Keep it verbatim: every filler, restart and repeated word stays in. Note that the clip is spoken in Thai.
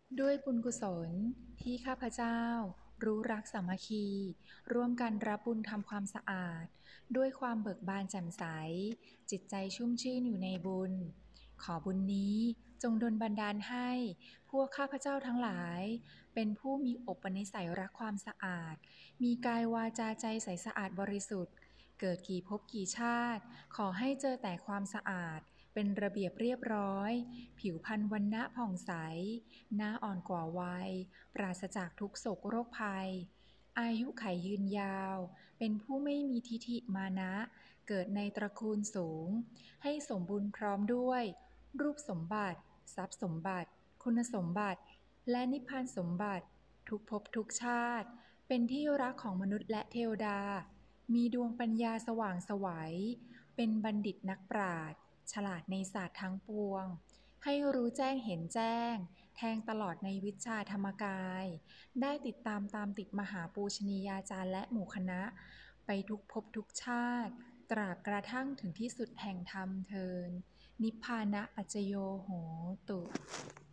ด้วยบุญกุศลที่ข้าพเจ้ารู้รักสามัคคีร่วมกันรับบุญทำความสะอาดด้วยความเบิกบานแจ่มใสจิตใจชุ่มชื่นอยู่ในบุญขอบุญนี้จงดลบันดาลให้พวกข้าพเจ้าทั้งหลายเป็นผู้มีอุปนิสัยรักความสะอาดมีกายวาจาใจใสสะอาดบริสุทธิ์เกิดกี่ภพกี่ชาติขอให้เจอแต่ความสะอาดเป็นระเบียบเรียบร้อยผิวพรรณวรรณะผ่องใสหน้าอ่อนกว่าวัยปราศจากทุกโศกโรคภัยอายุขัยยืนยาวเป็นผู้ไม่มีทิฐิมานะเกิดในตระกูลสูงให้สมบูรณ์พร้อมด้วยรูปสมบัติทรัพย์สมบัติคุณสมบัติและนิพพานสมบัติทุกภพทุกชาติเป็นที่รักของมนุษย์และเทวดามีดวงปัญญาสว่างไสวเป็นบัณฑิตนักปราชญ์ฉลาดในศาสตร์ทั้งปวงให้รู้แจ้งเห็นแจ้งแทงตลอดในวิชชาธรรมกายได้ติดตามตามติดมหาปูชนียาจารย์และหมู่คณะไปทุกภพทุกชาติตราบกระทั่งถึงที่สุดแห่งธรรมเทอญนิพพานะปัจจโยโหตุ